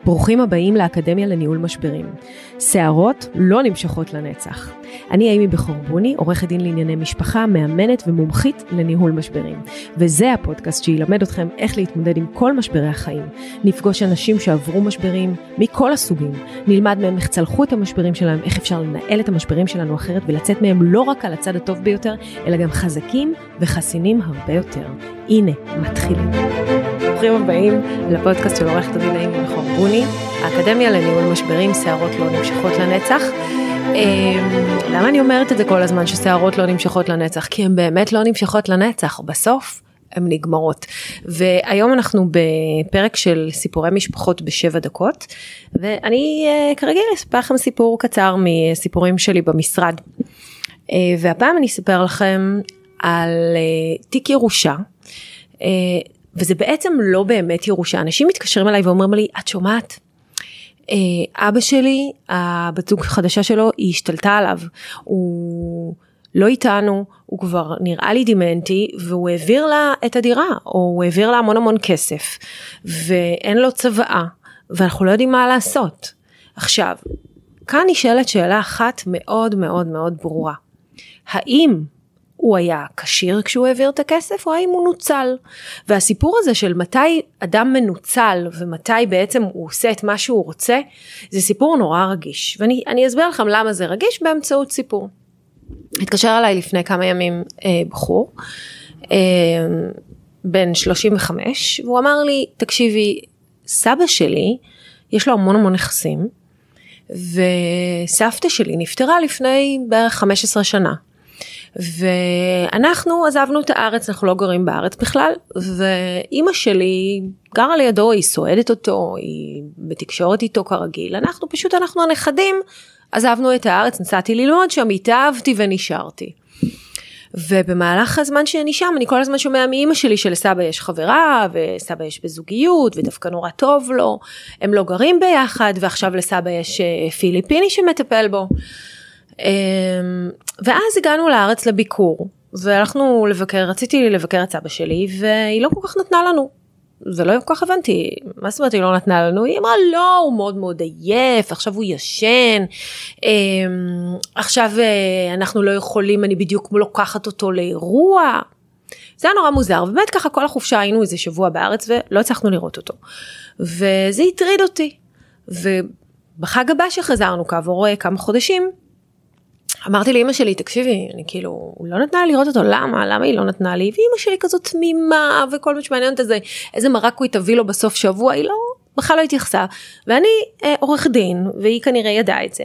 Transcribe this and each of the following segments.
ברוכים הבאים לאקדמיה לניהול משברים. שערות לא נמשכות לנצח. אני אימי בחורבוני, עורכת דין לענייני משפחה, מאמנת ומומחית לניהול משברים. וזה הפודקאסט שילמד אתכם איך להתמודד עם כל משברי החיים. נפגוש אנשים שעברו משברים מכל הסוגים. נלמד מהם איך צלחו את המשברים שלהם, איך אפשר לנהל את המשברים שלנו אחרת ולצאת מהם לא רק על הצד הטוב ביותר, אלא גם חזקים וחסינים הרבה יותר. הנה, מתחילים. ברוכים הבאים לפודקאסט של עורכת דין אימי בחורבוני, האקדמיה לניהול משברים, שערות לא נמשכות לנצח. למה אני אומרת את זה כל הזמן ששערות לא נמשכות לנצח? כי הן באמת לא נמשכות לנצח, בסוף הן נגמרות. והיום אנחנו בפרק של סיפורי משפחות ב7 דקות, ואני כרגע אספר לכם סיפור קצר מסיפורים שלי במשרד. והפעם אני אספר לכם על תיק ירושה, וזה בעצם לא באמת ירושה. אנשים מתקשרים אליי ואומרים לי, את שומעת? אבא שלי, הבת זוג החדשה שלו, היא השתלטה עליו, הוא לא איתנו, הוא כבר נראה לי דימנטי, והוא העביר לה את הדירה, או הוא העביר לה המון כסף, ואין לו צוואה, ואנחנו לא יודעים מה לעשות. עכשיו, כאן נשאלת שאלה אחת מאוד מאוד מאוד ברורה, האם הוא היה קשיר כשהוא העביר את הכסף, או האם הוא נוצל? והסיפור הזה של מתי אדם מנוצל, ומתי בעצם הוא עושה את מה שהוא רוצה, זה סיפור נורא רגיש. ואני אסביר לכם למה זה רגיש באמצעות סיפור. התקשר אליי לפני כמה ימים בחור, בן 35, והוא אמר לי, תקשיבי, סבא שלי, יש לו המון נכסים, וסבתא שלי נפטרה לפני בערך 15 שנה. ואנחנו עזבנו את הארץ, אנחנו לא גרים בארץ בכלל, ואימא שלי גרה לידו, היא סועדת אותו, היא בתקשורת איתו כרגיל, אנחנו הנכדים, עזבנו את הארץ, נסעתי ללמוד שם, התאהבתי ונשארתי. ובמהלך הזמן שאני שם, אני כל הזמן שומע מאימא שלי שלסבא יש חברה, וסבא יש בזוגיות, ודווקא נורא טוב לו, הם לא גרים ביחד, ועכשיו לסבא יש פיליפיני שמטפל בו. ואז הגענו לארץ לביקור, והלכנו לבקר, רציתי לבקר את סבא שלי, והיא לא כל כך נתנה לנו, ולא כל כך הבנתי, מה זאת אומרת היא לא נתנה לנו? היא אמרה לא, הוא מאוד מאוד עייף, עכשיו הוא ישן, עכשיו אנחנו לא יכולים, אני בדיוק לוקחת אותו לאירוע, זה היה נורא מוזר, ובאמת ככה כל החופשה היינו איזה שבוע בארץ, ולא הצלחנו לראות אותו, וזה הטריד אותי, ובחג הבא שחזרנו כעבור כמה חודשים, אמרתי לאמא שלי, תקשיבי, אני כאילו, הוא לא נתנה לי לראות אותו, למה היא לא נתנה לי? ואמא שלי כזאת תמימה, וכל מה שמעניין את זה, איזה מרק הוא יתביא לו בסוף שבוע, היא בכלל לא התייחסה, ואני עורך דין, והיא כנראה ידעה את זה.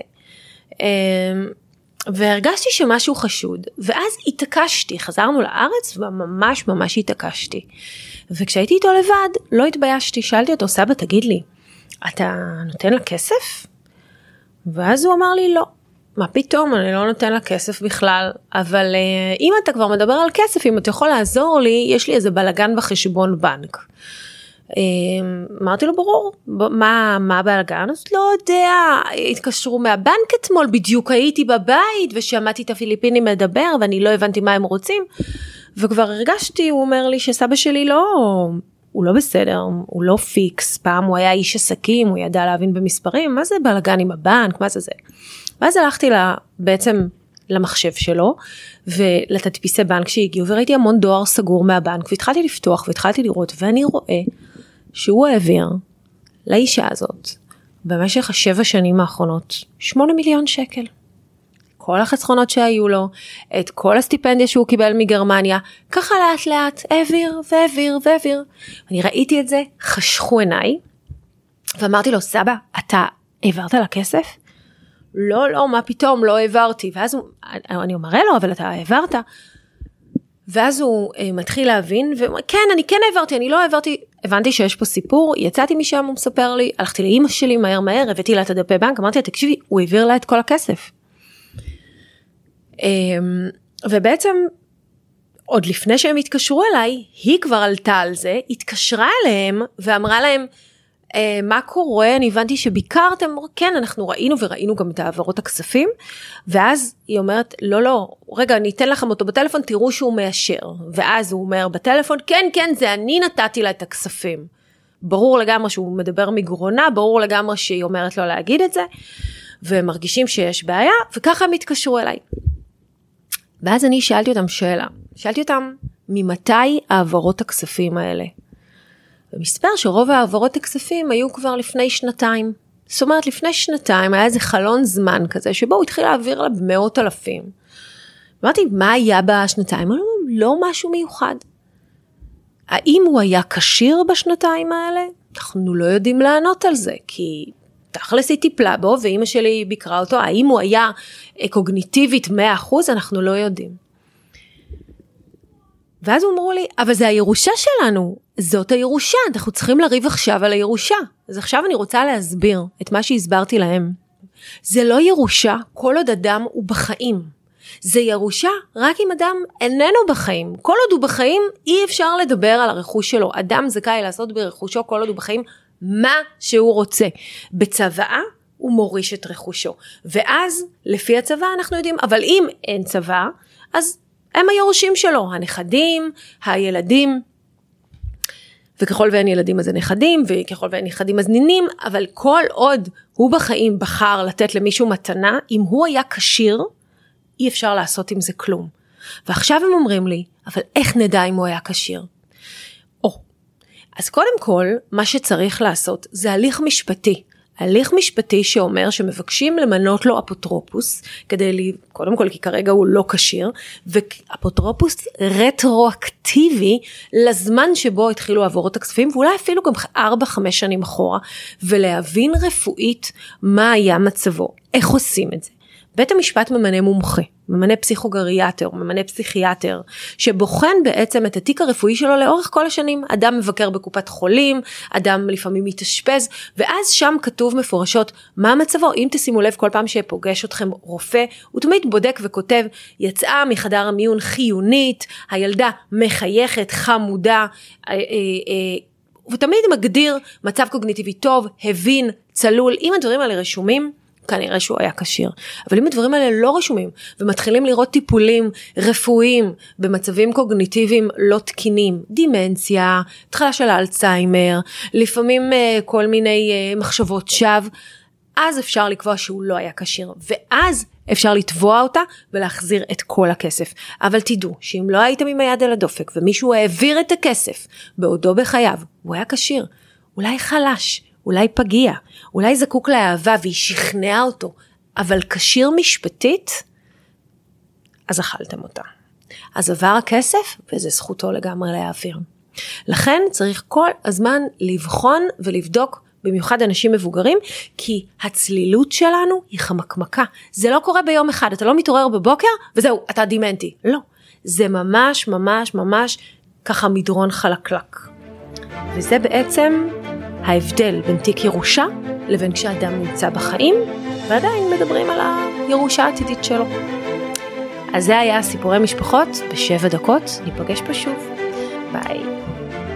והרגשתי שמשהו חשוד, ואז התעקשתי, חזרנו לארץ, וממש התעקשתי. וכשהייתי איתו לבד, לא התביישתי, שאלתי אותו, סבא, תגיד לי, אתה נותן לה כסף? ואז הוא אמר לי, לא. מה פתאום, אני לא נותן לה כסף בכלל, אבל אם אתה כבר מדבר על כסף, אם אתה יכול לעזור לי, יש לי איזה בלגן בחשבון בנק. אמרתי לו, ברור, מה הבלגן? אז לא יודע, התקשרו מהבנק אתמול, בדיוק הייתי בבית, ושמעתי את הפיליפינים מדבר, ואני לא הבנתי מה הם רוצים, וכבר הרגשתי, הוא אומר לי שסבא שלי הוא לא בסדר, הוא לא פיקס, פעם הוא היה איש עסקים, הוא ידע להבין במספרים, מה זה בלגן עם הבנק, מה זה? ואז הלכתי בעצם למחשב שלו, ולתדפיסי בנק שהגיעו, וראיתי המון דואר סגור מהבנק, והתחלתי לפתוח, והתחלתי לראות, ואני רואה שהוא העביר לאישה הזאת, במשך 7 שנים האחרונות, 8 מיליון שקל. כל החסכונות שהיו לו, את כל הסטיפנדיה שהוא קיבל מגרמניה, ככה לאט, העביר. אני ראיתי את זה, חשכו עיניי, ואמרתי לו, סבא, אתה העברת לה כסף? לא, מה פתאום, לא העברתי. ואז אני אומר לו, אבל אתה העברת. ואז הוא מתחיל להבין, וכן, אני כן העברתי, אני לא העברתי, הבנתי שיש פה סיפור, יצאתי משם, הוא מספר לי, הלכתי לאמא שלי מהר, הבאתי לה את הדפי בנק, אמרתי לה, תקשיבי, הוא העביר לה את כל הכסף. ובעצם, עוד לפני שהם התקשרו אליי, היא כבר עלתה על זה, התקשרה אליהם, ואמרה להם, מה קורה? אני הבנתי שביקרתם, כן, אנחנו ראינו גם את העברות הכספים, ואז היא אומרת, לא, רגע, אני אתן לכם אותו בטלפון, תראו שהוא מאשר, ואז הוא אומר בטלפון, כן, זה אני נתתי לה את הכספים. ברור לגמרי שהוא מדבר מגרונה, ברור לגמרי שהיא אומרת לו להגיד את זה, והם מרגישים שיש בעיה, וככה הם התקשרו אליי. ואז אני שאלתי אותם שאלה, שאלתי אותם, ממתי העברות הכספים האלה? ומספר שרוב העברות הכספים היו כבר לפני 2 זאת אומרת, לפני 2 היה איזה חלון זמן כזה, שבו הוא התחיל להעביר לה במאות אלפים. אמרתי, מה היה ב2? לא משהו מיוחד. האם הוא היה קשיר ב2 האלה? אנחנו לא יודעים לענות על זה, כי תכלס היא טיפלה בו, ואמא שלי ביקרה אותו, האם הוא היה קוגניטיבית 100%, אנחנו לא יודעים. ואז הוא אמרו לי, אבל זה הירושה שלנו, זאת הירושה, אנחנו צריכים לריב עכשיו על הירושה. אז עכשיו אני רוצה להסביר את מה שהסברתי להם. זה לא ירושה, כל עוד אדם הוא בחיים. זה ירושה רק אם אדם איננו בחיים. כל עוד הוא בחיים, אי אפשר לדבר על הרכוש שלו. אדם זכאי לעשות ברכושו כל עוד הוא בחיים מה שהוא רוצה. בצוואה הוא מוריש את רכושו. ואז לפי הצוואה אנחנו יודעים, אבל אם אין צוואה, אז הם היורשים שלו, הנכדים, הילדים, וככל ואין ילדים אז נכדים, וככל ואין נכדים אז נינים, אבל כל עוד הוא בחיים בחר לתת למישהו מתנה, אם הוא היה קשיר, אי אפשר לעשות עם זה כלום. ועכשיו הם אומרים לי, אבל איך נדע אם הוא היה קשיר? אז קודם כל, מה שצריך לעשות זה הליך משפטי. הליך משפטי שאומר שמבקשים למנות לו אפוטרופוס, קודם כל כי כרגע הוא לא קשיר, ואפוטרופוס רטרואקטיבי לזמן שבו התחילו העברות הכספים, ואולי אפילו גם 4-5 שנים אחורה, ולהבין רפואית מה היה מצבו. איך עושים את זה? בית המשפט ממנה מומחה, ממנה פסיכוגריאטר, ממנה פסיכיאטר, שבוחן בעצם את התיק הרפואי שלו לאורך כל השנים. אדם מבקר בקופת חולים, אדם לפעמים מתאשפז, ואז שם כתוב מפורשות מה מצבו. אם תשימו לב כל פעם שפוגש אתכם רופא, הוא תמיד בודק וכותב, יצאה מחדר המיון חיונית, הילדה מחייכת, חמודה, ותמיד מגדיר מצב קוגניטיבי טוב, הבין, צלול. אם הדברים האלה רשומים, כנראה שהוא היה קשיר. אבל אם הדברים האלה לא רשומים, ומתחילים לראות טיפולים רפואיים, במצבים קוגניטיביים לא תקינים, דימנציה, התחלה של האלצהיימר, לפעמים כל מיני מחשבות שווא, אז אפשר לקבוע שהוא לא היה קשיר, ואז אפשר לתבוע אותה, ולהחזיר את כל הכסף. אבל תדעו, שאם לא הייתם עם היד על הדופק, ומישהו העביר את הכסף, בעודו בחייו, הוא היה קשיר, אולי חלש, אולי פגיע, אולי זקוק לאהבה והיא שכנעה אותו, אבל קשיר משפטית, אז אכלתם אותה. אז עבר הכסף, וזה זכותו לגמרי להעביר. לכן צריך כל הזמן לבחון ולבדוק, במיוחד אנשים מבוגרים, כי הצלילות שלנו היא חמקמקה. זה לא קורה ביום אחד, אתה לא מתעורר בבוקר, וזהו, אתה דימנטי. לא, זה ממש ממש ממש ככה מדרון חלקלק. וזה בעצם ההבדל בין תיק ירושה לבין כשאדם נמצא בחיים, ועדיין מדברים על הירושה העתידית שלו. אז זה היה סיפורי משפחות ב7 דקות, ניפגש פה שוב. ביי.